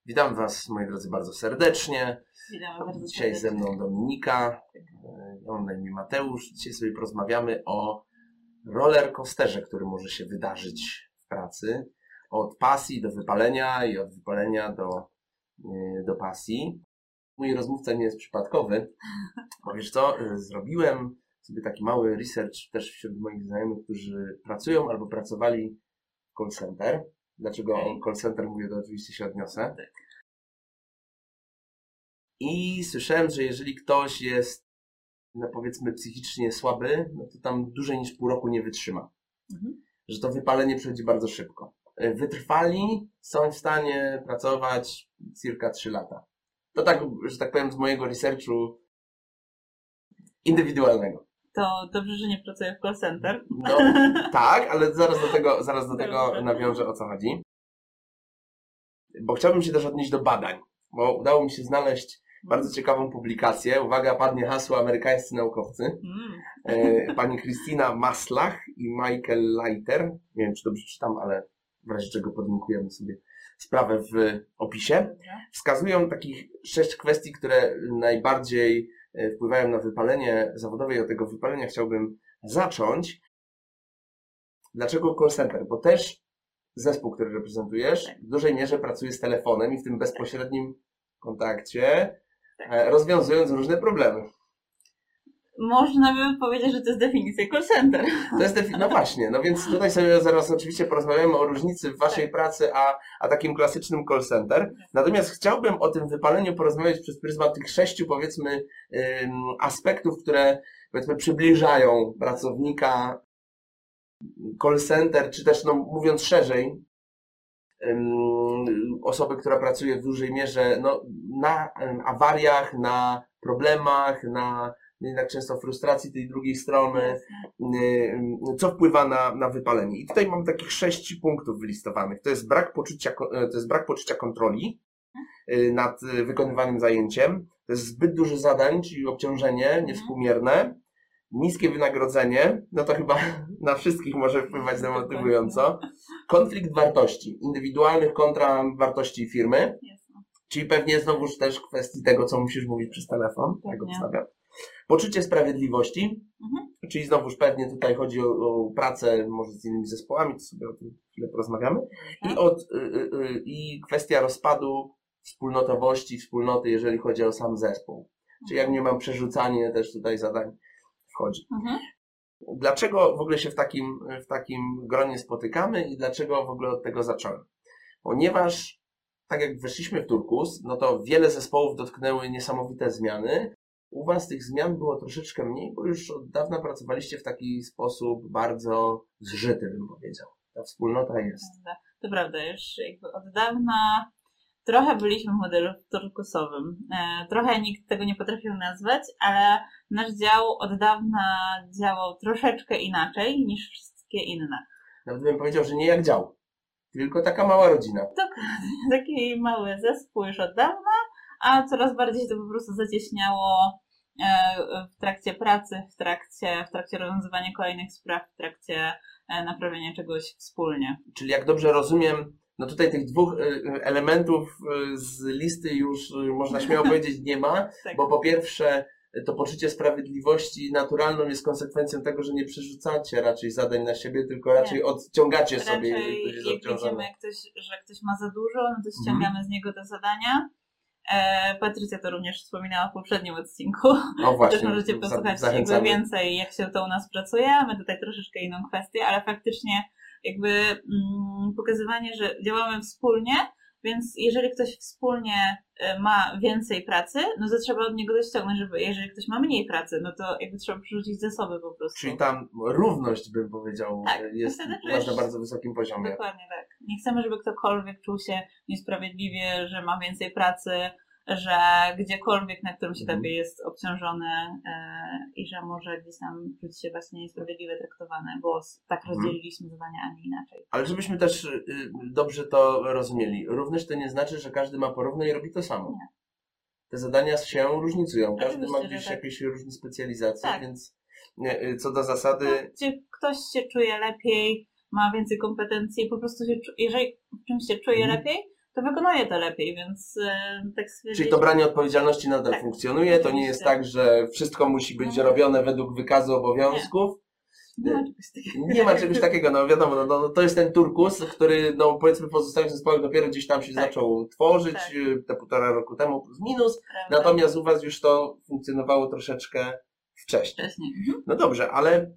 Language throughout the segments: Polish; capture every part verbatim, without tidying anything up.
Witam Was, moi drodzy, bardzo serdecznie. Witamy bardzo Dzisiaj serdecznie. ze mną Dominika, ja mam na imię Mateusz. Dzisiaj sobie porozmawiamy o roller coasterze, który może się wydarzyć w pracy. Od pasji do wypalenia i od wypalenia do, do pasji. Mój rozmówca nie jest przypadkowy, bo wiesz co, zrobiłem sobie taki mały research też wśród moich znajomych, którzy pracują albo pracowali w call center. Dlaczego Okay. call center mówię, to oczywiście się odniosę. I słyszałem, że jeżeli ktoś jest, no powiedzmy, psychicznie słaby, no to tam dłużej niż pół roku nie wytrzyma. Mhm. Że to wypalenie przychodzi bardzo szybko. Wytrwali są w stanie pracować cirka trzy lata. To tak, że tak powiem, z mojego researchu indywidualnego. To dobrze, że nie pracuję w call center. No tak, ale zaraz do tego, zaraz do tego nawiążę, o co chodzi. Bo chciałbym się też odnieść do badań, bo udało mi się znaleźć bardzo ciekawą publikację. Uwaga, padnie hasło amerykańscy naukowcy. Mm. Pani Christina Maslach i Michael Leiter. Nie wiem, czy dobrze czytam, ale w razie czego podlinkujemy sobie sprawę w opisie. Wskazują takich sześć kwestii, które najbardziej wpływają na wypalenie zawodowe i od tego wypalenia chciałbym zacząć. Dlaczego call center? Bo też zespół, który reprezentujesz, w dużej mierze pracuje z telefonem i w tym bezpośrednim kontakcie, rozwiązując różne problemy. Można by powiedzieć, że to jest definicja call center. To jest definicja, no właśnie, no więc tutaj sobie zaraz oczywiście porozmawiamy o różnicy w waszej tak. pracy, a, a takim klasycznym call center. Natomiast chciałbym o tym wypaleniu porozmawiać przez pryzmat tych sześciu, powiedzmy, ym, aspektów, które, powiedzmy, przybliżają pracownika call center, czy też, no mówiąc szerzej, um, osoby, która pracuje w dużej mierze no, na um, awariach, na problemach, na jednak często frustracji tej drugiej strony, um, co wpływa na, na wypalenie. I tutaj mam takich sześć punktów wylistowanych. To jest brak poczucia, to jest brak poczucia kontroli y, nad wykonywanym zajęciem. To jest zbyt dużo zadań, czyli obciążenie niewspółmierne. Niskie wynagrodzenie, no to chyba na wszystkich może wpływać demotywująco. Konflikt wartości, indywidualnych kontra wartości firmy, czyli pewnie znowuż też kwestii tego, co musisz mówić przez telefon, tak obstawiam. Poczucie sprawiedliwości, mhm. czyli znowuż pewnie tutaj chodzi o, o pracę może z innymi zespołami, to sobie o tym chwilę porozmawiamy. I, od, y, y, i kwestia rozpadu wspólnotowości, wspólnoty, jeżeli chodzi o sam zespół. Czyli jak nie mam przerzucanie też tutaj zadań wchodzi. Mhm. Dlaczego w ogóle się w takim, w takim gronie spotykamy i dlaczego w ogóle od tego zacząłem? Ponieważ tak jak weszliśmy w Turkus, no to wiele zespołów dotknęły niesamowite zmiany. U Was tych zmian było troszeczkę mniej, bo już od dawna pracowaliście w taki sposób bardzo zżyty, bym powiedział. Ta wspólnota jest. To prawda, już jakby od dawna trochę byliśmy w modelu turkusowym. E, trochę nikt tego nie potrafił nazwać, ale nasz dział od dawna działał troszeczkę inaczej niż wszystkie inne. Nawet bym powiedział, że nie jak dział, tylko taka mała rodzina. Dokładnie, taki mały zespół już od dawna, a coraz bardziej się to po prostu zacieśniało e, w trakcie pracy, w trakcie, w trakcie rozwiązywania kolejnych spraw, w trakcie e, naprawiania czegoś wspólnie. Czyli jak dobrze rozumiem, no tutaj tych dwóch elementów z listy już można śmiało powiedzieć nie ma, tak. Bo po pierwsze to poczucie sprawiedliwości naturalną jest konsekwencją tego, że nie przerzucacie raczej zadań na siebie, tylko raczej nie. odciągacie raczej sobie. Raczej jak widzimy, jak ktoś, że ktoś ma za dużo, no to ściągamy mhm. z niego te zadania. E, Patrycja to również wspominała w poprzednim odcinku. O właśnie, też możecie posłuchać jakby więcej, jak się to u nas pracuje. Mamy tutaj troszeczkę inną kwestię, ale faktycznie jakby mm, pokazywanie, że działamy wspólnie, więc jeżeli ktoś wspólnie ma więcej pracy, no to trzeba od niego dościągnąć, żeby jeżeli ktoś ma mniej pracy, no to jakby trzeba przerzucić zasoby po prostu. Czyli tam równość, bym powiedział, tak, jest u nas na bardzo wysokim poziomie. Dokładnie tak. Nie chcemy, żeby ktokolwiek czuł się niesprawiedliwie, że ma więcej pracy, że gdziekolwiek na którym etapie mm. jest obciążony e, i że może gdzieś tam czuć się właśnie niesprawiedliwie traktowany, bo tak rozdzieliliśmy mm. zadania, a nie inaczej. Ale żebyśmy też y, dobrze to rozumieli. Równość to nie znaczy, że każdy ma porówno i robi to samo. Nie. Te zadania się różnicują. Każdy Oczywiście, ma gdzieś tak. jakieś różne specjalizacje, tak. więc y, co do zasady... No, gdzie ktoś się czuje lepiej, ma więcej kompetencji, po prostu się, jeżeli w czymś się czuje mm. lepiej, to wykonuje to lepiej, więc yy, tak stwierdzić... Czyli to branie odpowiedzialności nadal tak, funkcjonuje, oczywiście. To nie jest tak, że wszystko musi być mhm. robione według wykazu obowiązków. Nie. Nie ma czegoś takiego. Nie ma czegoś takiego, no wiadomo, no, no, to jest ten turkus, który no powiedzmy w pozostałych zespołach dopiero gdzieś tam się tak. zaczął tworzyć, tak. te półtora roku temu plus minus, Prawda. Natomiast u Was już to funkcjonowało troszeczkę wcześniej. wcześniej. Mhm. No dobrze, ale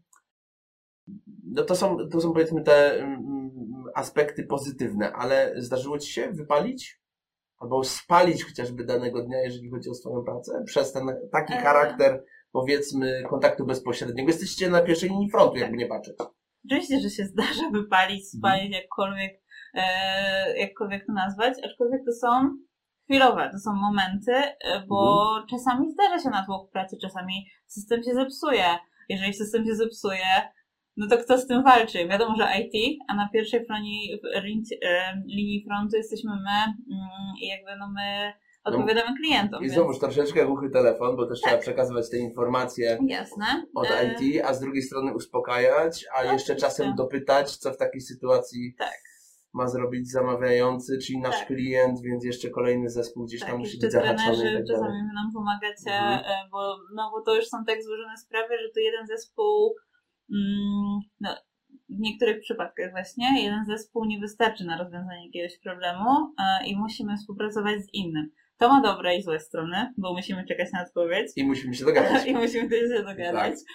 no to są, to są powiedzmy te mm, aspekty pozytywne, ale zdarzyło Ci się wypalić? Albo spalić chociażby danego dnia, jeżeli chodzi o swoją pracę? Przez ten taki e... charakter, powiedzmy, kontaktu bezpośredniego. Jesteście na pierwszej linii frontu, tak. jakby nie patrzeć. Oczywiście, że się zdarza wypalić, spalić, hmm. jakkolwiek, e, jakkolwiek to nazwać, aczkolwiek to są chwilowe, to są momenty, bo hmm. czasami zdarza się natłok pracy, czasami system się zepsuje. Jeżeli system się zepsuje, no to kto z tym walczy? Wiadomo, że I T, a na pierwszej linii, linii frontu jesteśmy my i jakby no my odpowiadamy klientom. I znowuż więc... troszeczkę głuchy telefon, bo też tak. trzeba przekazywać te informacje Jasne. od I T, a z drugiej strony uspokajać, a no, jeszcze oczywiście. czasem dopytać, co w takiej sytuacji tak. ma zrobić zamawiający, czyli nasz tak. klient, więc jeszcze kolejny zespół gdzieś tak, tam musi być zahaczony. Trenerzy, tak czasami wy nam pomagacie, mhm. bo, no, bo to już są tak złożone sprawy, że to jeden zespół mm, no, w niektórych przypadkach właśnie jeden zespół nie wystarczy na rozwiązanie jakiegoś problemu e, i musimy współpracować z innym. To ma dobre i złe strony, bo musimy czekać na odpowiedź. I musimy się dogadać. I musimy też się dogadać. Tak.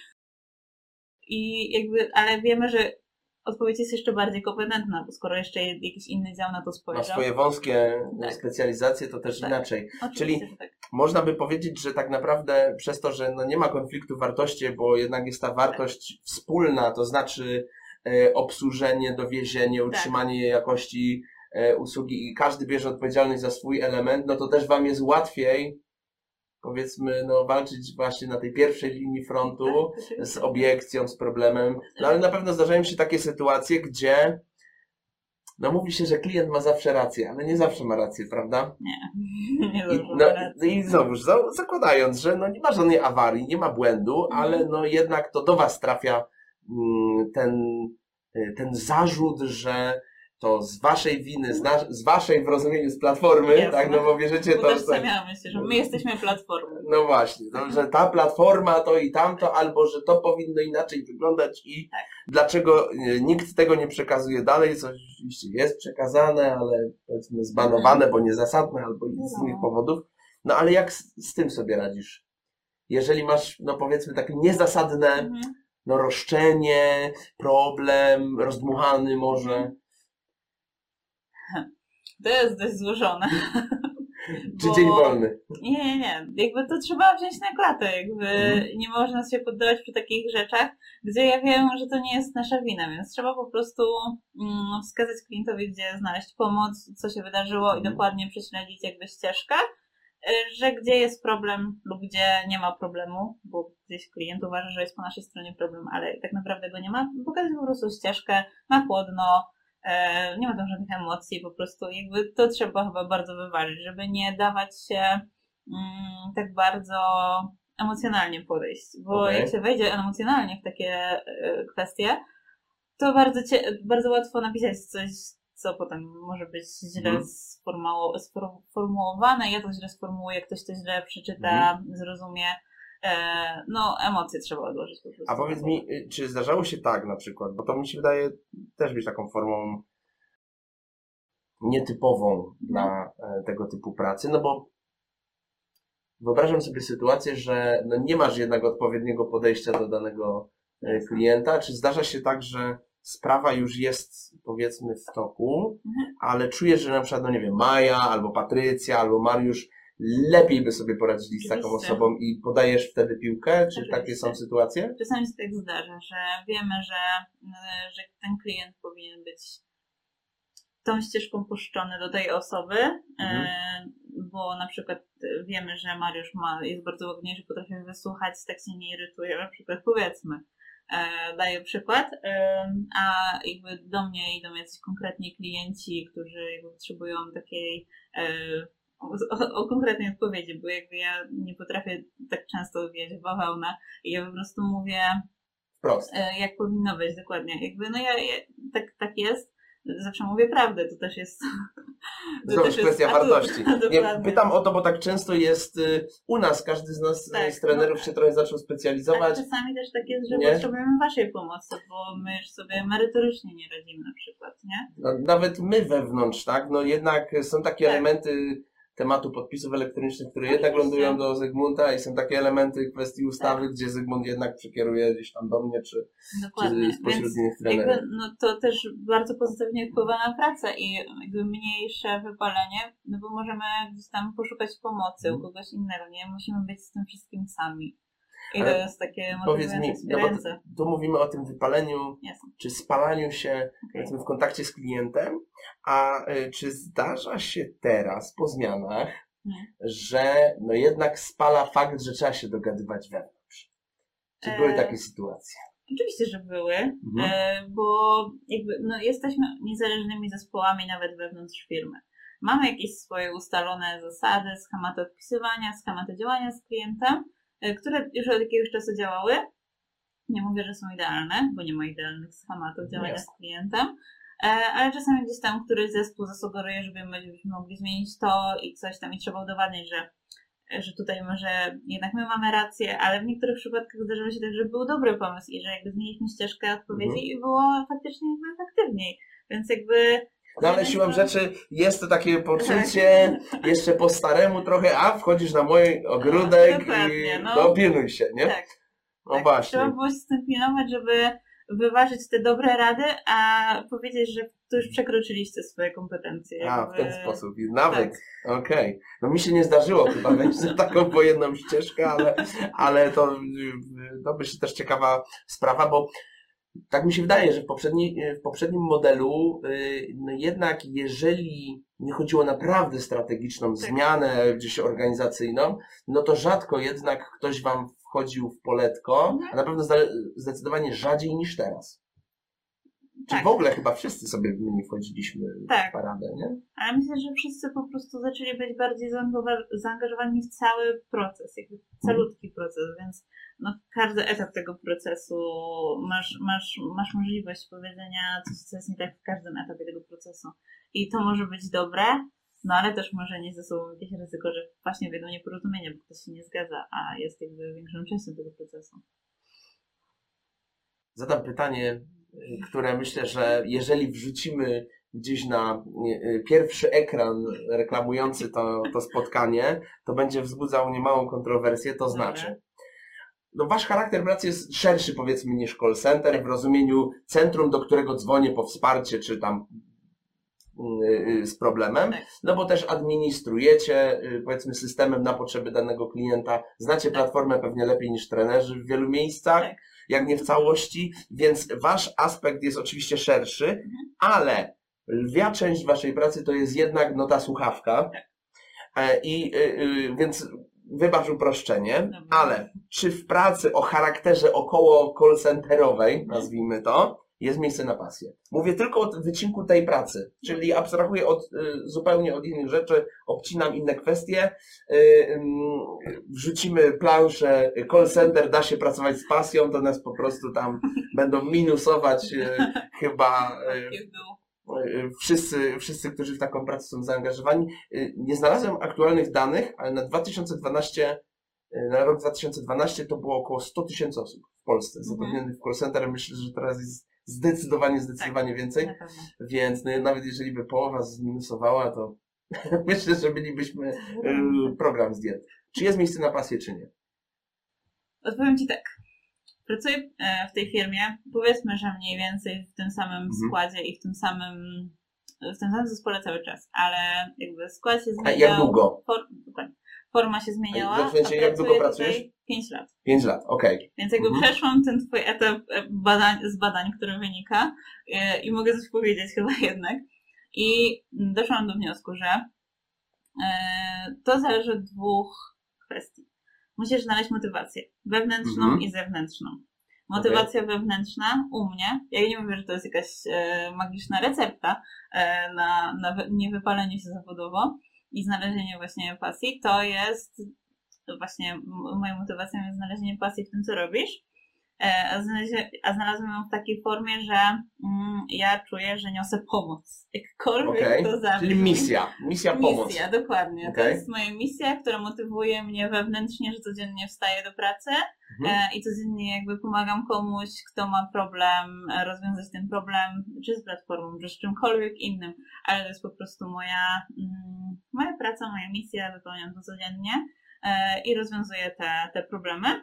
I jakby, ale wiemy, że odpowiedź jest jeszcze bardziej kompetentna, bo skoro jeszcze jakiś inny dział na to spojrzał. Ma swoje wąskie tak. specjalizacje, to też tak. inaczej. Oczywiście, Czyli tak. można by powiedzieć, że tak naprawdę przez to, że no nie ma konfliktu wartości, bo jednak jest ta wartość tak. wspólna, to znaczy e, obsłużenie, dowiezienie, utrzymanie tak. jakości usługi i każdy bierze odpowiedzialność za swój element, no to też Wam jest łatwiej, powiedzmy, no walczyć właśnie na tej pierwszej linii frontu z obiekcją, z problemem. No ale na pewno zdarzają się takie sytuacje, gdzie no mówi się, że klient ma zawsze rację, ale nie zawsze ma rację, prawda? Nie, nie I, no, no i znowuż, zakładając, że no nie ma żadnej awarii, nie ma błędu, mhm. ale no jednak to do Was trafia ten, ten zarzut, że to z waszej winy, z, nas, z waszej w rozumieniu z platformy, Jasne. tak, no bo bierzecie to... Utożsamiamy się, że my jesteśmy platformą. No właśnie, no, że ta platforma to i tamto, albo że to powinno inaczej wyglądać i tak. dlaczego nikt tego nie przekazuje dalej, co oczywiście jest przekazane, ale powiedzmy zbanowane, bo niezasadne, albo z no. innych powodów. No ale jak z, z tym sobie radzisz? Jeżeli masz, no powiedzmy takie niezasadne mhm. no roszczenie, problem, rozdmuchany może... To jest dość złożone. Czy bo... dzień wolny? Nie, nie, nie. Jakby to trzeba wziąć na klatę. Jakby mm. nie można się poddawać przy takich rzeczach, gdzie ja wiem, że to nie jest nasza wina, więc trzeba po prostu mm, wskazać klientowi, gdzie znaleźć pomoc, co się wydarzyło mm. i dokładnie prześledzić jakby ścieżkę, że gdzie jest problem lub gdzie nie ma problemu, bo gdzieś klient uważa, że jest po naszej stronie problem, ale tak naprawdę go nie ma. Pokazać po prostu ścieżkę na chłodno, nie ma tam żadnych emocji, po prostu jakby to trzeba chyba bardzo wyważyć, żeby nie dawać się mm, tak bardzo emocjonalnie podejść, bo okay. jak się wejdzie emocjonalnie w takie y, kwestie, to bardzo, cie, bardzo łatwo napisać coś, co potem może być źle mm. sformułowane, ja to źle sformułuję, ktoś to źle przeczyta, mm. zrozumie. No, emocje trzeba odłożyć po prostu. A powiedz mi, czy zdarzało się tak na przykład, bo to mi się wydaje też być taką formą nietypową dla tego typu pracy, no bo wyobrażam sobie sytuację, że no nie masz jednak odpowiedniego podejścia do danego klienta. Czy zdarza się tak, że sprawa już jest, powiedzmy, w toku, mhm. ale czujesz, że na przykład, no nie wiem, Maja, albo Patrycja, albo Mariusz lepiej by sobie poradzili z taką osobą i podajesz wtedy piłkę? Czy Oczywiście. takie są sytuacje? Czasami się tak zdarza, że wiemy, że, że ten klient powinien być tą ścieżką puszczony do tej osoby, mhm. bo na przykład wiemy, że Mariusz ma, jest bardzo ładniejszy, potrafi wysłuchać, tak się nie irytuje, na przykład powiedzmy, daję przykład, a jakby do mnie idą jacyś konkretni klienci, którzy jakby potrzebują takiej O, o konkretnej odpowiedzi, bo jakby ja nie potrafię tak często wiedzieć w bawełnę i ja po prostu mówię Prost. jak powinno być dokładnie. Jakby no ja, ja tak, tak jest, zawsze mówię prawdę, to też jest Znowu jest kwestia wartości. Nie, pytam o to, bo tak często jest y, u nas, każdy z nas, tak, z trenerów no, się trochę zaczął specjalizować. Ale czasami też tak jest, że nie? potrzebujemy waszej pomocy, bo my już sobie merytorycznie nie radzimy na przykład, nie? No, nawet my wewnątrz, tak? No jednak są takie tak. elementy tematu podpisów elektronicznych, które Oczywiście. jednak lądują do Zygmunta i są takie elementy kwestii ustawy, tak. gdzie Zygmunt jednak przekieruje gdzieś tam do mnie, czy, czy spośród Więc innych trenerów. Jakby, no to też bardzo pozytywnie wpływa na pracę i jakby mniejsze wypalenie, no bo możemy gdzieś tam poszukać pomocy hmm. u kogoś innego, nie? Musimy być z tym wszystkim sami. I Ale to jest takie motywujące wspierające. No bo tu mówimy o tym wypaleniu, Jasne. czy spalaniu się okay. w kontakcie z klientem, a y, czy zdarza się teraz po zmianach, hmm. że no jednak spala fakt, że trzeba się dogadywać wewnątrz? Czy e... były takie sytuacje? Oczywiście, że były, mhm. e, bo jakby, no, jesteśmy niezależnymi zespołami nawet wewnątrz firmy. Mamy jakieś swoje ustalone zasady, schematy odpisywania, schematy działania z klientem, które już od jakiegoś czasu działały. Nie mówię, że są idealne, bo nie ma idealnych schematów działania yes. z klientem, ale czasami gdzieś tam któryś zespół zasugeruje, żebyśmy mogli zmienić to i coś tam i trzeba udowadniać, że, że tutaj może jednak my mamy rację, ale w niektórych przypadkach zdarzyło się tak, że był dobry pomysł i że jakby zmieniliśmy ścieżkę odpowiedzi mm. i było faktycznie jakby efektywniej. Więc jakby No ale siłą rzeczy jest to takie poczucie tak. jeszcze po staremu trochę, a wchodzisz na mój ogródek no, i no, no pilnuj się, nie? Tak. No tak. właśnie. Trzeba było się z tym pilnować, żeby wyważyć te dobre rady, a powiedzieć, że tu już przekroczyliście swoje kompetencje. A, jakby... w ten sposób. Nawet. Tak. Okej. Okay. No mi się nie zdarzyło chyba wejść na taką pojedną ścieżkę, ale, ale to, to myślę też ciekawa sprawa, bo tak mi się wydaje, że w, poprzedni, w poprzednim modelu no jednak jeżeli nie chodziło o naprawdę strategiczną tak. zmianę gdzieś organizacyjną, no to rzadko jednak ktoś wam wchodził w poletko, mhm. a na pewno zdecydowanie rzadziej niż teraz. Czy tak. w ogóle chyba wszyscy sobie w nie wchodziliśmy tak. w paradę, nie? Ale myślę, że wszyscy po prostu zaczęli być bardziej zaangażowani w cały proces, jakby calutki hmm. proces, więc no, każdy etap tego procesu masz, masz, masz możliwość powiedzenia coś, co jest nie tak w każdym etapie tego procesu. I to może być dobre, no ale też może nieść ze sobą jakieś ryzyko, że właśnie wyjdą nieporozumienia, bo ktoś się nie zgadza, a jest jakby większą częścią tego procesu. Zadam pytanie, które myślę, że jeżeli wrzucimy gdzieś na pierwszy ekran reklamujący to, to spotkanie, to będzie wzbudzał niemałą kontrowersję, to znaczy no wasz charakter pracy jest szerszy powiedzmy niż call center w rozumieniu centrum, do którego dzwonię po wsparcie, czy tam yy, z problemem, no bo też administrujecie yy, powiedzmy systemem na potrzeby danego klienta, znacie platformę pewnie lepiej niż trenerzy w wielu miejscach, jak nie w całości, więc wasz aspekt jest oczywiście szerszy, mhm. ale lwia część waszej pracy to jest jednak no ta słuchawka. E, i y, więc wybacz uproszczenie, mhm. ale czy w pracy o charakterze około call centerowej, mhm. nazwijmy to, jest miejsce na pasję? Mówię tylko o wycinku tej pracy, czyli abstrahuję od, y, zupełnie od innych rzeczy, obcinam inne kwestie, y, y, wrzucimy planszę, call center da się pracować z pasją, to nas po prostu tam będą minusować y, chyba y, wszyscy, wszyscy, którzy w taką pracę są zaangażowani. Y, nie znalazłem aktualnych danych, ale na dwa tysiące dwunasty, na rok dwa tysiące dwunasty to było około sto tysięcy osób w Polsce zatrudnionych w call center. Myślę, że teraz jest zdecydowanie, zdecydowanie tak, więcej, więc no, nawet jeżeli by połowa zminusowała, to myślę, że bylibyśmy y, program zdjęty. Czy jest miejsce na pasję, czy nie? Odpowiem Ci tak. Pracuję w tej firmie, powiedzmy, że mniej więcej w tym samym mhm. składzie i w tym samym w tym samym zespole cały czas, ale jakby skład się zmieniał. A jak długo? For, dokładnie. Forma się zmieniała. A w sensie, jak długo pracujesz? Pięć lat. Pięć lat, okej. Okay. Więc jakby mhm. przeszłam ten twój etap badań, z badań, który wynika yy, i mogę coś powiedzieć chyba jednak. I doszłam do wniosku, że yy, to zależy od dwóch kwestii. Musisz znaleźć motywację wewnętrzną mhm. i zewnętrzną. Motywacja okay. wewnętrzna u mnie, ja nie mówię, że to jest jakaś e, magiczna recepta e, na, na niewypalenie się zawodowo i znalezienie właśnie pasji, to jest to właśnie moją motywacją jest znalezienie pasji w tym, co robisz. A, znalezie, a znalazłam ją w takiej formie, że mm, ja czuję, że niosę pomoc. Jakkolwiek okay. to zabrzmi. Czyli misja. Misja pomoc. Misja, dokładnie. Okay. To jest moja misja, która motywuje mnie wewnętrznie, że codziennie wstaję do pracy mhm. e, i codziennie jakby pomagam komuś, kto ma problem, rozwiązać ten problem, czy z platformą, czy z czymkolwiek innym, ale to jest po prostu moja, mm, moja praca, moja misja, wypełniam to codziennie e, i rozwiązuję te, te problemy.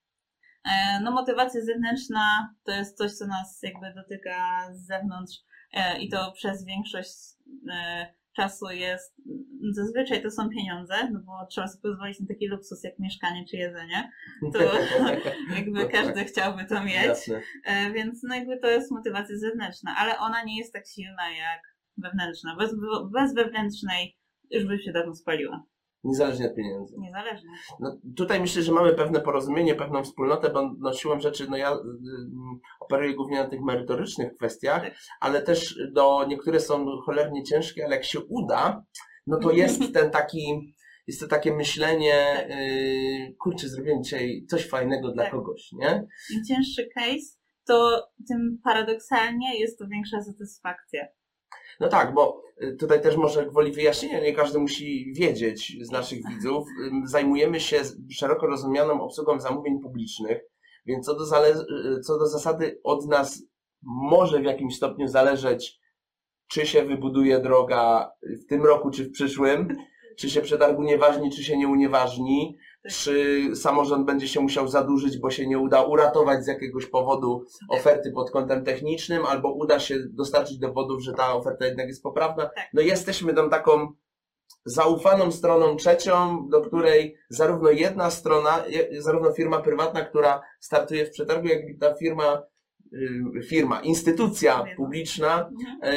No motywacja zewnętrzna to jest coś, co nas jakby dotyka z zewnątrz i to przez większość czasu jest, zazwyczaj to są pieniądze, no bo trzeba sobie pozwolić na taki luksus jak mieszkanie czy jedzenie, to jakby każdy chciałby to mieć, Jasne. Więc no jakby to jest motywacja zewnętrzna, ale ona nie jest tak silna jak wewnętrzna. Bez, bez wewnętrznej już by się dawno spaliła. Niezależnie od pieniędzy. Niezależnie. No, tutaj myślę, że mamy pewne porozumienie, pewną wspólnotę, bo no, siłą rzeczy no, ja y, y, operuję głównie na tych merytorycznych kwestiach, tak. ale też do niektóre są cholernie ciężkie, ale jak się uda, no to jest ten taki, jest to takie myślenie, y, kurczę, zrobiłem dzisiaj coś fajnego dla tak. kogoś, nie? Im cięższy case, to tym paradoksalnie jest to większa satysfakcja. No tak, bo tutaj też może gwoli wyjaśnienia, nie każdy musi wiedzieć z naszych widzów. Zajmujemy się szeroko rozumianą obsługą zamówień publicznych, więc co do, zale- co do zasady od nas może w jakimś stopniu zależeć, czy się wybuduje droga w tym roku, czy w przyszłym, czy się przetarg unieważni, czy się nie unieważni, czy samorząd będzie się musiał zadłużyć, bo się nie uda uratować z jakiegoś powodu oferty pod kątem technicznym, albo uda się dostarczyć dowodów, że ta oferta jednak jest poprawna. No jesteśmy tam taką zaufaną stroną trzecią, do której zarówno jedna strona, zarówno firma prywatna, która startuje w przetargu, jak i ta firma, firma, instytucja publiczna,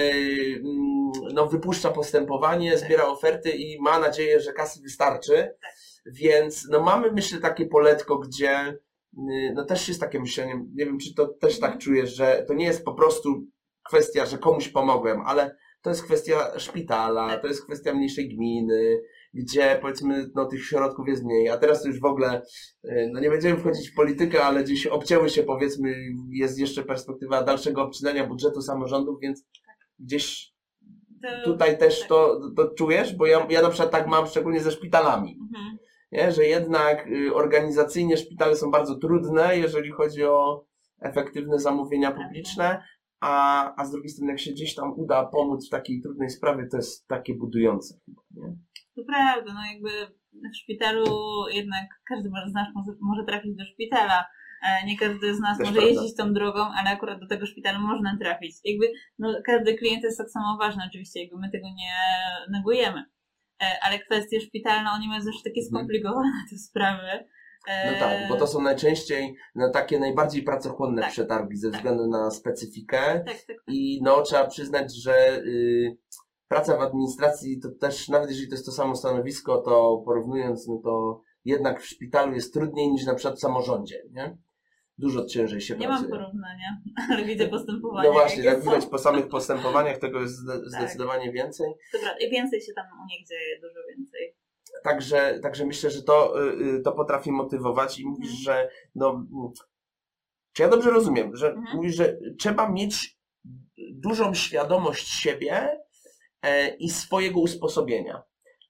no wypuszcza postępowanie, zbiera oferty i ma nadzieję, że kasy wystarczy. Więc no mamy, myślę, takie poletko, gdzie no też jest takie myślenie, nie wiem, czy to też tak czujesz, że to nie jest po prostu kwestia, że komuś pomogłem, ale to jest kwestia szpitala, to jest kwestia mniejszej gminy, gdzie powiedzmy no tych środków jest mniej, a teraz to już w ogóle, no nie będziemy wchodzić w politykę, ale gdzieś obcięły się, powiedzmy, jest jeszcze perspektywa dalszego obcinania budżetu samorządów, więc gdzieś tutaj też to, to czujesz, bo ja, ja na przykład tak mam szczególnie ze szpitalami. Mhm. Nie? Że jednak y, organizacyjnie szpitale są bardzo trudne, jeżeli chodzi o efektywne zamówienia publiczne, a, a z drugiej strony jak się gdzieś tam uda pomóc w takiej trudnej sprawie, to jest takie budujące chyba, nie? To prawda, no jakby w szpitalu jednak każdy z nas może, może trafić do szpitala, nie każdy z nas Też może prawda. jeździć tą drogą, ale akurat do tego szpitala można trafić. Jakby no, każdy klient jest tak samo ważny, oczywiście, jakby my tego nie negujemy. Ale kwestie szpitalne, oni mają zawsze takie skomplikowane hmm. te sprawy. No tak, bo to są najczęściej no, takie najbardziej pracochłonne tak. przetargi ze względu tak. na specyfikę. Tak, tak, tak. I no trzeba przyznać, że y, praca w administracji to też, nawet jeżeli to jest to samo stanowisko, to porównując, no to jednak w szpitalu jest trudniej niż na przykład w samorządzie, nie? Dużo ciężej się nie pracuje. Nie mam porównania, ale widzę postępowania. No właśnie, jak widać po samych postępowaniach tego jest zdecydowanie tak. więcej. Dobra, i więcej się tam u nich dzieje, dużo więcej. Także, także myślę, że to, to potrafi motywować i mówisz, mhm. że no, czy ja dobrze rozumiem, że mhm. mówisz, że trzeba mieć dużą świadomość siebie e, i swojego usposobienia.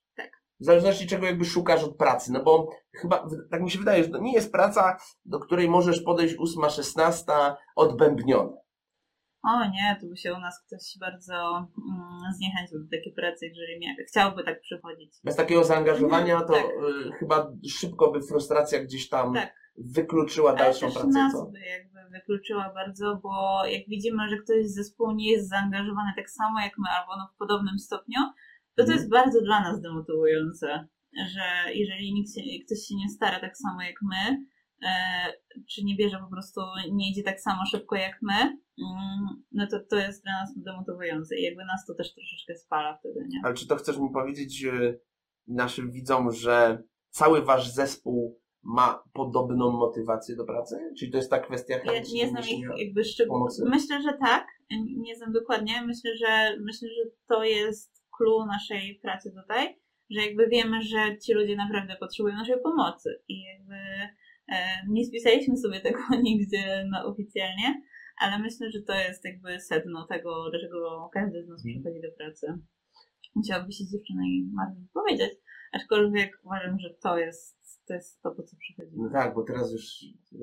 W zależności czego jakby szukasz od pracy, no bo chyba, tak mi się wydaje, że to nie jest praca, do której możesz podejść ósma, szesnasta odbębnione. O nie, tu by się u nas ktoś bardzo mm, zniechęcił do takiej pracy, jeżeli nie, chciałby tak przychodzić. Bez takiego zaangażowania to tak. y, chyba szybko by frustracja gdzieś tam tak. wykluczyła dalszą Ale też pracę. nas co? by jakby wykluczyła bardzo, bo jak widzimy, że ktoś z zespołu nie jest zaangażowany tak samo jak my, albo no w podobnym stopniu, to to jest bardzo dla nas demotywujące, że jeżeli nikt się, ktoś się nie stara tak samo jak my, e, czy nie bierze po prostu, nie idzie tak samo szybko jak my, mm, no to to jest dla nas demotywujące i jakby nas to też troszeczkę spala wtedy, nie? Ale czy to chcesz mi powiedzieć y, naszym widzom, że cały wasz zespół ma podobną motywację do pracy? Czyli to jest ta kwestia chęci? Ja nie znam ich jakby szczegółów. Myślę, że tak. Nie znam dokładnie. Myślę, że myślę, że to jest clue naszej pracy tutaj, że jakby wiemy, że ci ludzie naprawdę potrzebują naszej pomocy i jakby Nie spisaliśmy sobie tego nigdzie no, oficjalnie, ale myślę, że to jest jakby sedno tego, dlaczego każdy z nas przychodzi do pracy. Musiałaby się dziewczyna i Marvin powiedzieć, aczkolwiek uważam, że to jest to, jest to po co przychodzimy. No tak, bo teraz już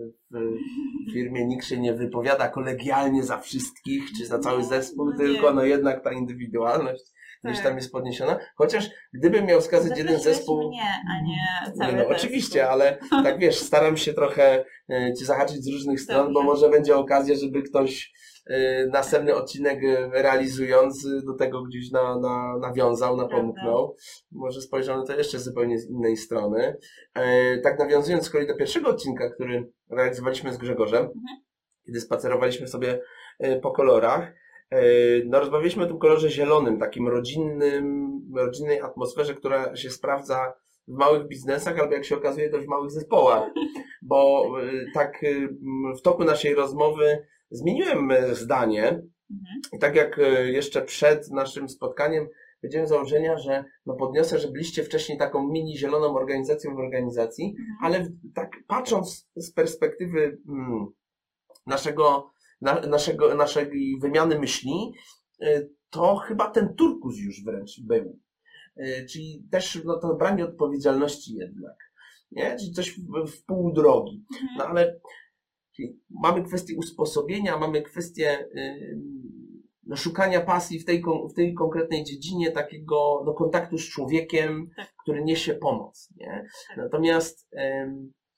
w firmie nikt się nie wypowiada kolegialnie za wszystkich, czy za cały zespół, no, tylko no jednak ta indywidualność tak. gdzieś tam jest podniesiona. Chociaż gdybym miał wskazać jeden zespół... mnie, a nie cały nie, no, oczywiście, ale tak wiesz, staram się trochę e, Cię zahaczyć z różnych stron, Dobrze. bo może będzie okazja, żeby ktoś e, następny odcinek realizując do tego gdzieś na, na, nawiązał, napomknął. Może spojrzał na to jeszcze zupełnie z innej strony. E, tak nawiązując z kolei do pierwszego odcinka, który realizowaliśmy z Grzegorzem, mhm. kiedy spacerowaliśmy sobie e, po kolorach, no rozmawialiśmy o tym kolorze zielonym, takim rodzinnym, rodzinnej atmosferze, która się sprawdza w małych biznesach, albo jak się okazuje też w małych zespołach, bo tak w toku naszej rozmowy zmieniłem zdanie i tak jak jeszcze przed naszym spotkaniem powiedziałem z założenia, że no podniosę, że byliście wcześniej taką mini zieloną organizacją w organizacji, ale tak patrząc z perspektywy hmm, naszego Na, naszego, naszej wymiany myśli, to chyba ten turkus już wręcz był. Czyli też no, to branie odpowiedzialności jednak. Nie? Czyli coś w, w pół drogi. No ale mamy kwestię usposobienia, mamy kwestię yy, no, szukania pasji w tej, w tej konkretnej dziedzinie, takiego no, kontaktu z człowiekiem, tak. który niesie pomoc. Nie? Natomiast yy,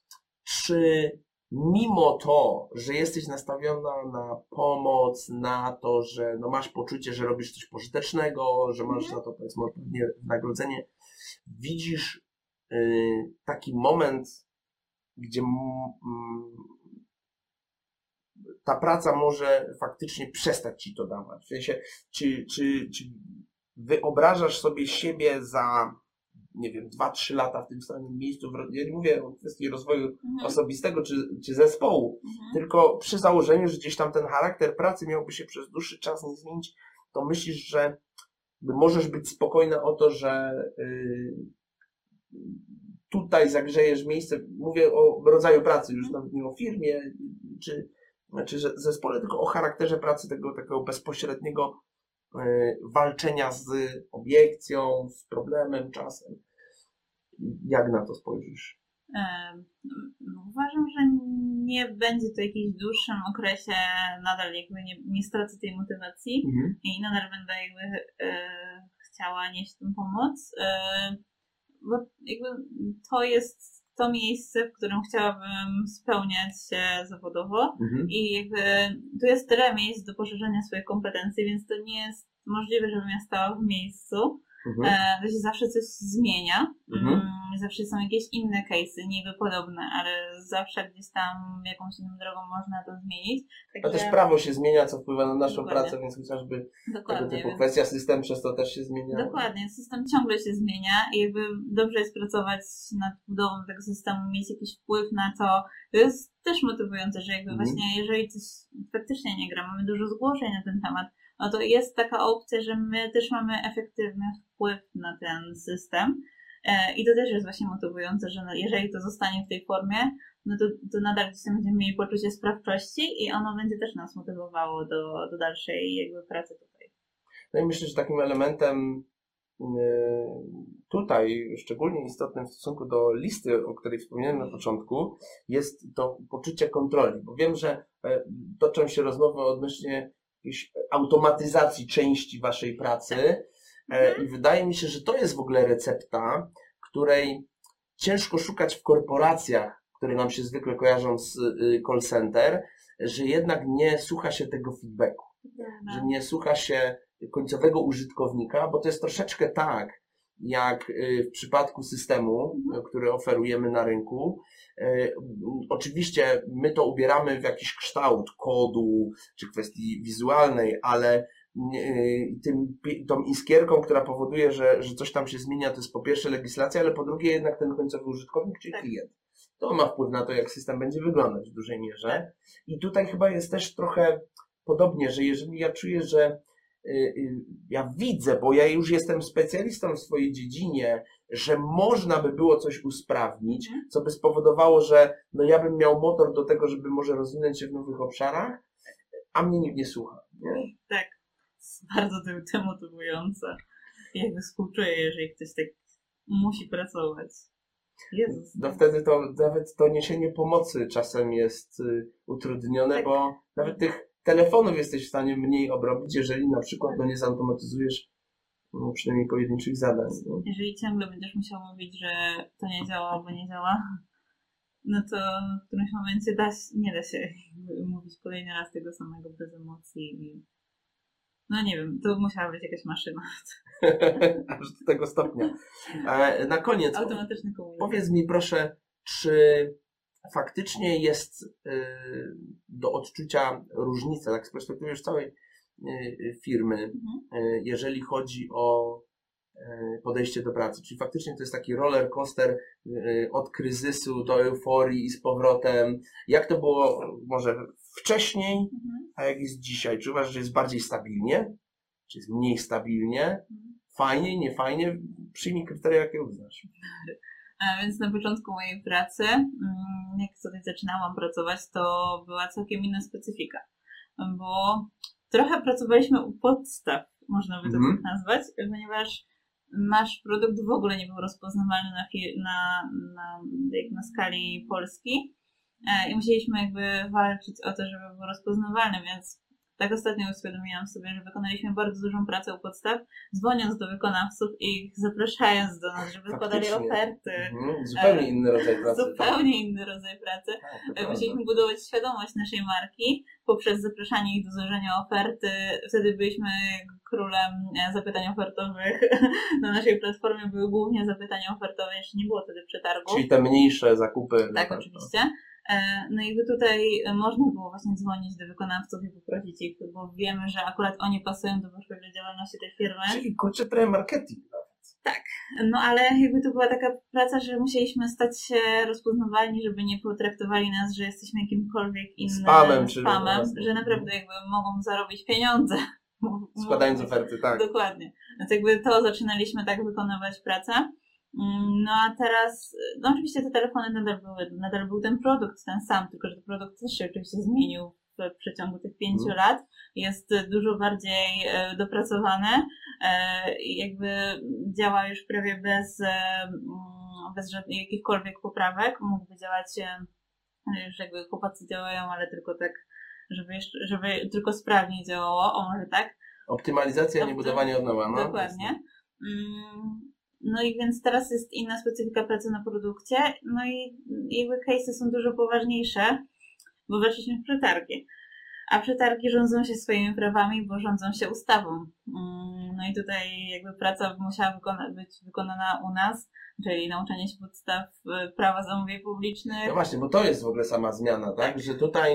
czy mimo to, że jesteś nastawiona na pomoc, na to, że no masz poczucie, że robisz coś pożytecznego, że masz na to powiedzmy odpowiednie wynagrodzenie, widzisz y, taki moment, gdzie m, ta praca może faktycznie przestać ci to dawać. W sensie, czy, czy, czy wyobrażasz sobie siebie za nie wiem, dwa trzy lata w tym samym miejscu, ja nie mówię o kwestii rozwoju mhm. osobistego czy, czy zespołu, mhm. tylko przy założeniu, że gdzieś tam ten charakter pracy miałby się przez dłuższy czas nie zmienić, to myślisz, że możesz być spokojna o to, że y, tutaj zagrzejesz miejsce, mówię o rodzaju pracy, już nawet nie o firmie, czy, czy zespole, tylko o charakterze pracy tego takiego bezpośredniego walczenia z obiekcją, z problemem czasem. Jak na to spojrzysz? Uważam, że nie będzie to w jakimś dłuższym okresie nadal jakby nie, nie stracę tej motywacji mhm. i nadal będę jakby e, chciała nieść tę pomoc, e, bo jakby to jest to miejsce, w którym chciałabym spełniać się zawodowo mhm. i jakby tu jest tyle miejsc do poszerzenia swoich kompetencji, więc to nie jest możliwe, żebym ja stała w miejscu. Mhm. E, to się zawsze coś zmienia. Mhm. Mm, zawsze są jakieś inne case'y, niby podobne, ale zawsze gdzieś tam jakąś inną drogą można to zmienić. Tak, a też prawo się zmienia, co wpływa na naszą Dokładnie. pracę, więc chociażby Dokładnie, tego typu więc... kwestia, system przez to też się zmienia. Dokładnie, system ciągle się zmienia i jakby dobrze jest pracować nad budową tego systemu, mieć jakiś wpływ na to. To jest też motywujące, że jakby mhm. właśnie jeżeli coś faktycznie nie gra, mamy dużo zgłoszeń na ten temat, no to jest taka opcja, że my też mamy efektywny wpływ na ten system e, i to też jest właśnie motywujące, że no, jeżeli to zostanie w tej formie, no to, to nadal gdzieś tam będziemy mieli poczucie sprawczości i ono będzie też nas motywowało do, do dalszej jakby pracy tutaj. No i myślę, że takim elementem tutaj szczególnie istotnym w stosunku do listy, o której wspomniałem na początku, jest to poczucie kontroli, bo wiem, że toczą się rozmowy odnośnie jakiejś automatyzacji części waszej pracy mhm. i wydaje mi się, że to jest w ogóle recepta, której ciężko szukać w korporacjach, które nam się zwykle kojarzą z call center, że jednak nie słucha się tego feedbacku, mhm. że nie słucha się końcowego użytkownika, bo to jest troszeczkę tak, jak w przypadku systemu, który oferujemy na rynku. Oczywiście my to ubieramy w jakiś kształt kodu czy kwestii wizualnej, ale tym, tą iskierką, która powoduje, że, że coś tam się zmienia, to jest po pierwsze legislacja, ale po drugie jednak ten końcowy użytkownik, czyli tak. klient. To ma wpływ na to, jak system będzie wyglądać w dużej mierze. I tutaj chyba jest też trochę podobnie, że jeżeli ja czuję, że ja widzę, bo ja już jestem specjalistą w swojej dziedzinie, że można by było coś usprawnić, co by spowodowało, że no ja bym miał motor do tego, żeby może rozwinąć się w nowych obszarach, a mnie nikt nie słucha. Nie? Tak, jest bardzo demotywujące. Jakby współczuję, jeżeli ktoś tak musi pracować. Jezus. No wtedy to nawet to niesienie pomocy czasem jest y, utrudnione, tak. Bo nawet tych telefonów jesteś w stanie mniej obrobić, jeżeli na przykład no, nie zautomatyzujesz no, przynajmniej pojedynczych zadań. No. Jeżeli ciągle będziesz musiał mówić, że to nie działa albo nie działa, no to w którymś momencie da, nie da się mówić kolejny raz tego samego bez emocji. No nie wiem, to musiała być jakaś maszyna. Aż do tego stopnia. E, na koniec, automatyczny komunikat. Powiedz mi proszę, czy faktycznie jest y, do odczucia różnica, tak z perspektywy już całej y, firmy, mhm. y, jeżeli chodzi o y, podejście do pracy. Czyli faktycznie to jest taki roller coaster y, od kryzysu do euforii i z powrotem. Jak to było może wcześniej, mhm. a jak jest dzisiaj? Czy uważasz, że jest bardziej stabilnie? Czy jest mniej stabilnie? Mhm. Fajnie, nie fajnie? Przyjmij kryteria, jakie uznasz. A więc na początku mojej pracy, jak tutaj zaczynałam pracować, to była całkiem inna specyfika, bo trochę pracowaliśmy u podstaw, można by to mm. tak nazwać, ponieważ nasz produkt w ogóle nie był rozpoznawalny na, na, na, na skali Polski i musieliśmy jakby walczyć o to, żeby był rozpoznawalny, więc tak ostatnio uświadomiłam sobie, że wykonaliśmy bardzo dużą pracę u podstaw, dzwoniąc do wykonawców i ich zapraszając do nas, żeby składali oferty. Mhm. Zupełnie inny rodzaj pracy. Zupełnie tak. inny rodzaj pracy. Tak, musieliśmy budować świadomość naszej marki poprzez zapraszanie ich do złożenia oferty. Wtedy byliśmy królem zapytań ofertowych. Na naszej platformie były głównie zapytania ofertowe, jeszcze nie było wtedy przetargów. Czyli te mniejsze zakupy. Tak, oczywiście. No i tutaj można było właśnie dzwonić do wykonawców i poprosić ich, bo wiemy, że akurat oni pasują do portfela działalności tej firmy. Czyli kurczę, trochę marketing nawet. Tak, no ale jakby to była taka praca, że musieliśmy stać się rozpoznawalni, żeby nie potraktowali nas, że jesteśmy jakimkolwiek innym spamem, spamem że naprawdę jakby mogą zarobić pieniądze. Składając oferty, tak. Dokładnie. Więc jakby to zaczynaliśmy tak wykonywać pracę. No a teraz, no oczywiście te telefony nadal były, nadal był ten produkt ten sam, tylko że ten produkt też się oczywiście zmienił w przeciągu tych pięciu mm. lat. Jest dużo bardziej e, dopracowany i e, jakby działa już prawie bez, e, bez żadnych jakichkolwiek poprawek. Mógłby działać, e, już jakby chłopacy działają, ale tylko tak, żeby, jeszcze, żeby tylko sprawniej działało, o może tak. Optymalizacja, nie budowanie od nowa. No? Dokładnie. Mm. No i więc teraz jest inna specyfika pracy na produkcie, no i jakby case'y są dużo poważniejsze, bo weszliśmy w przetargi. A przetargi rządzą się swoimi prawami, bo rządzą się ustawą. No i tutaj jakby praca musiała wykona- być wykonana u nas, czyli nauczanie się podstaw prawa zamówień publicznych. No właśnie, bo to jest w ogóle sama zmiana, tak? Że tutaj,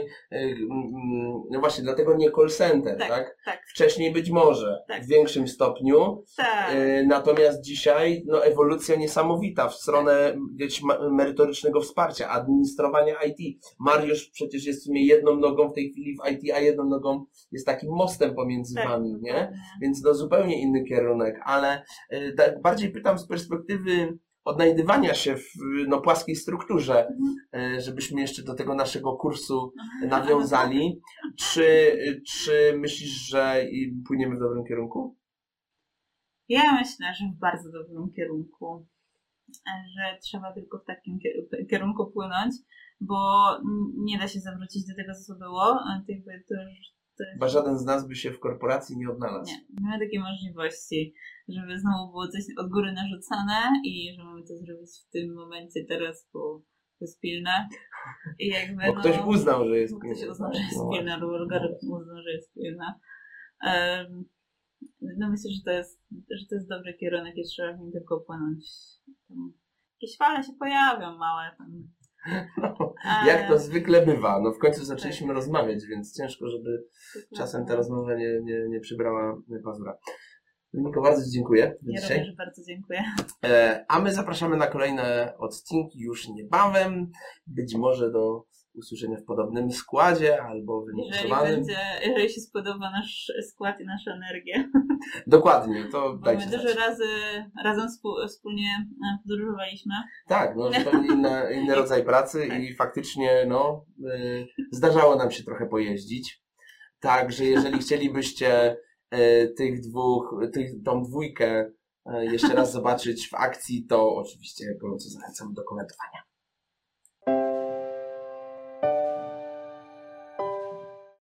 no właśnie, dlatego nie call center, tak? tak? tak. Wcześniej być może, tak. w większym stopniu, tak. natomiast dzisiaj, no ewolucja niesamowita w stronę tak. merytorycznego wsparcia, administrowania I T. Mariusz przecież jest w sumie jedną nogą w tej chwili w I T, a jedną nogą jest takim mostem pomiędzy tak, wami, nie? Tak. Więc no zupełnie inny kierunek, ale tak bardziej pytam z perspektywy odnajdywania się w no, płaskiej strukturze, mhm. żebyśmy jeszcze do tego naszego kursu nawiązali. Czy, czy myślisz, że płyniemy w dobrym kierunku? Ja myślę, że w bardzo dobrym kierunku. Że trzeba tylko w takim kierunku płynąć, bo nie da się zawrócić do tego, co było. To jakby to już Chyba żaden z nas by się w korporacji nie odnalazł. Nie, nie ma takiej możliwości, żeby znowu było coś od góry narzucane i że mamy to zrobić w tym momencie teraz, bo to jest pilne. I jakby, bo no, ktoś uznał, że jest pilne. Ktoś uznał, że jest pilne, albo algorytm uznał, że jest pilne. Um, no myślę, że to jest, że to jest dobry kierunek i trzeba w nim tylko płynąć. Tam jakieś fale się pojawią małe tam. No, jak to zwykle bywa. No w końcu zaczęliśmy tak. rozmawiać, więc ciężko, żeby tak, czasem ta rozmowa nie, nie, nie przybrała pazura. Niko, bardzo Ci dziękuję. Ja dzisiaj. również bardzo dziękuję. E, a my zapraszamy na kolejne odcinki już niebawem. Być może do usłyszenia w podobnym składzie albo wymiksowanym. Jeżeli, będzie, jeżeli się spodoba nasz skład i nasza energia. Dokładnie, to Bo dajcie my znać. dużo razy razem wspólnie podróżowaliśmy. Tak, no zupełnie inna, inny rodzaj pracy tak. I faktycznie no, y, zdarzało nam się trochę pojeździć. Także jeżeli chcielibyście y, tych dwóch, tych, tą dwójkę y, jeszcze raz zobaczyć w akcji, to oczywiście gorąco zachęcam do komentowania.